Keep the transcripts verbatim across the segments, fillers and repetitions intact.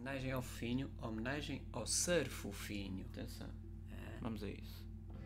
Homenagem ao fofinho, homenagem ao ser fofinho. Atenção. Vamos a isso.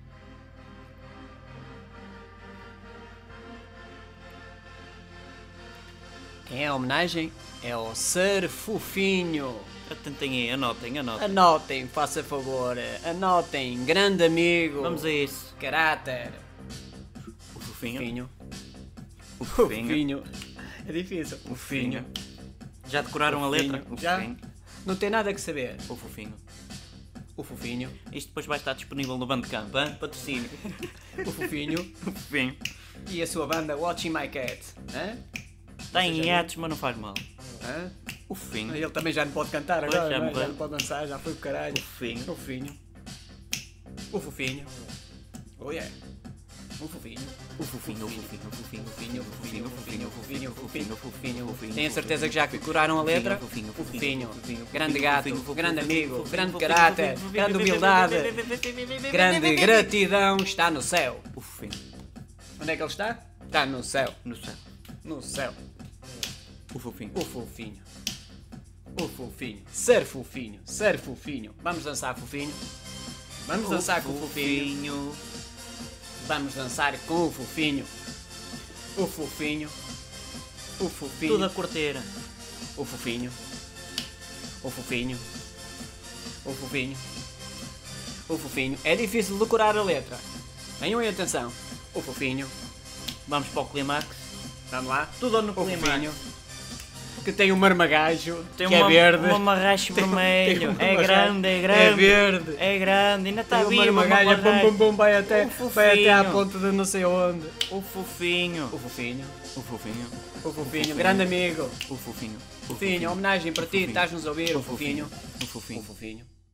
Quem é a homenagem? É ao ser fofinho. Atentem aí, anotem, anotem. Anotem, faça favor. Anotem, grande amigo. Vamos a isso. Caráter. O fofinho. Fofinho. O O fofinho. fofinho. É difícil. O fofinho. Já decoraram a Fofinho. letra? O Já? fofinho. Não tem nada que saber. O fofinho. O fofinho. Isto depois vai estar disponível no Bandcamp, hein? Patrocínio. O fofinho. O fofinho. E a sua banda Watching My Cat. Hã? Está em hiatos, mas não faz mal. Hã? O fofinho. Ele também já não pode cantar Pois, agora, já não é? morreu. Já não pode dançar, já foi o caralho. O fofinho. O fofinho. O fofinho. Oh yeah. O fofinho. O fofinho, o fofinho, o fofinho, o fofinho, o fofinho, o fofinho, o fofinho, o fofinho, o fofinho, o fofinho. Tenho a certeza que já decoraram a letra? Fofinho, O fofinho, fofinho. Grande gato, grande amigo, grande fofinho, caráter, fofinho, grande fofinho, humildade, fofinho, grande gratidão, está no céu. O fofinho. Onde é que ele está? Está no céu. No céu. No céu. O fofinho. O fofinho. O fofinho. Ser fofinho. Ser fofinho. Vamos dançar fofinho? Vamos dançar com o fofinho. Vamos dançar com o fofinho. O fofinho. O fofinho. Tudo a corteira. O fofinho. O fofinho. O fofinho. O fofinho. É difícil decorar a letra. Tenham aí atenção. O fofinho. Vamos para o clímax. Vamos lá. Tudo no O clímax. fofinho. Que tem um marmagajo. Tem que uma, é verde. uma marrache Tem um- vermelho. tem um É marracho. grande, é É grande. verde. É grande. Ainda está Tem vivo. uma uma marmagaja. Bum, marrache. bum, bum. Vai até, O vai até à fofinho. ponta de não sei onde. O fofinho. O fofinho. O fofinho. O fofinho. Grande amigo. O fofinho. O Fofinho. Homenagem para ti. fofinho. Estás-nos a ouvir. O O fofinho. O fofinho. O fofinho.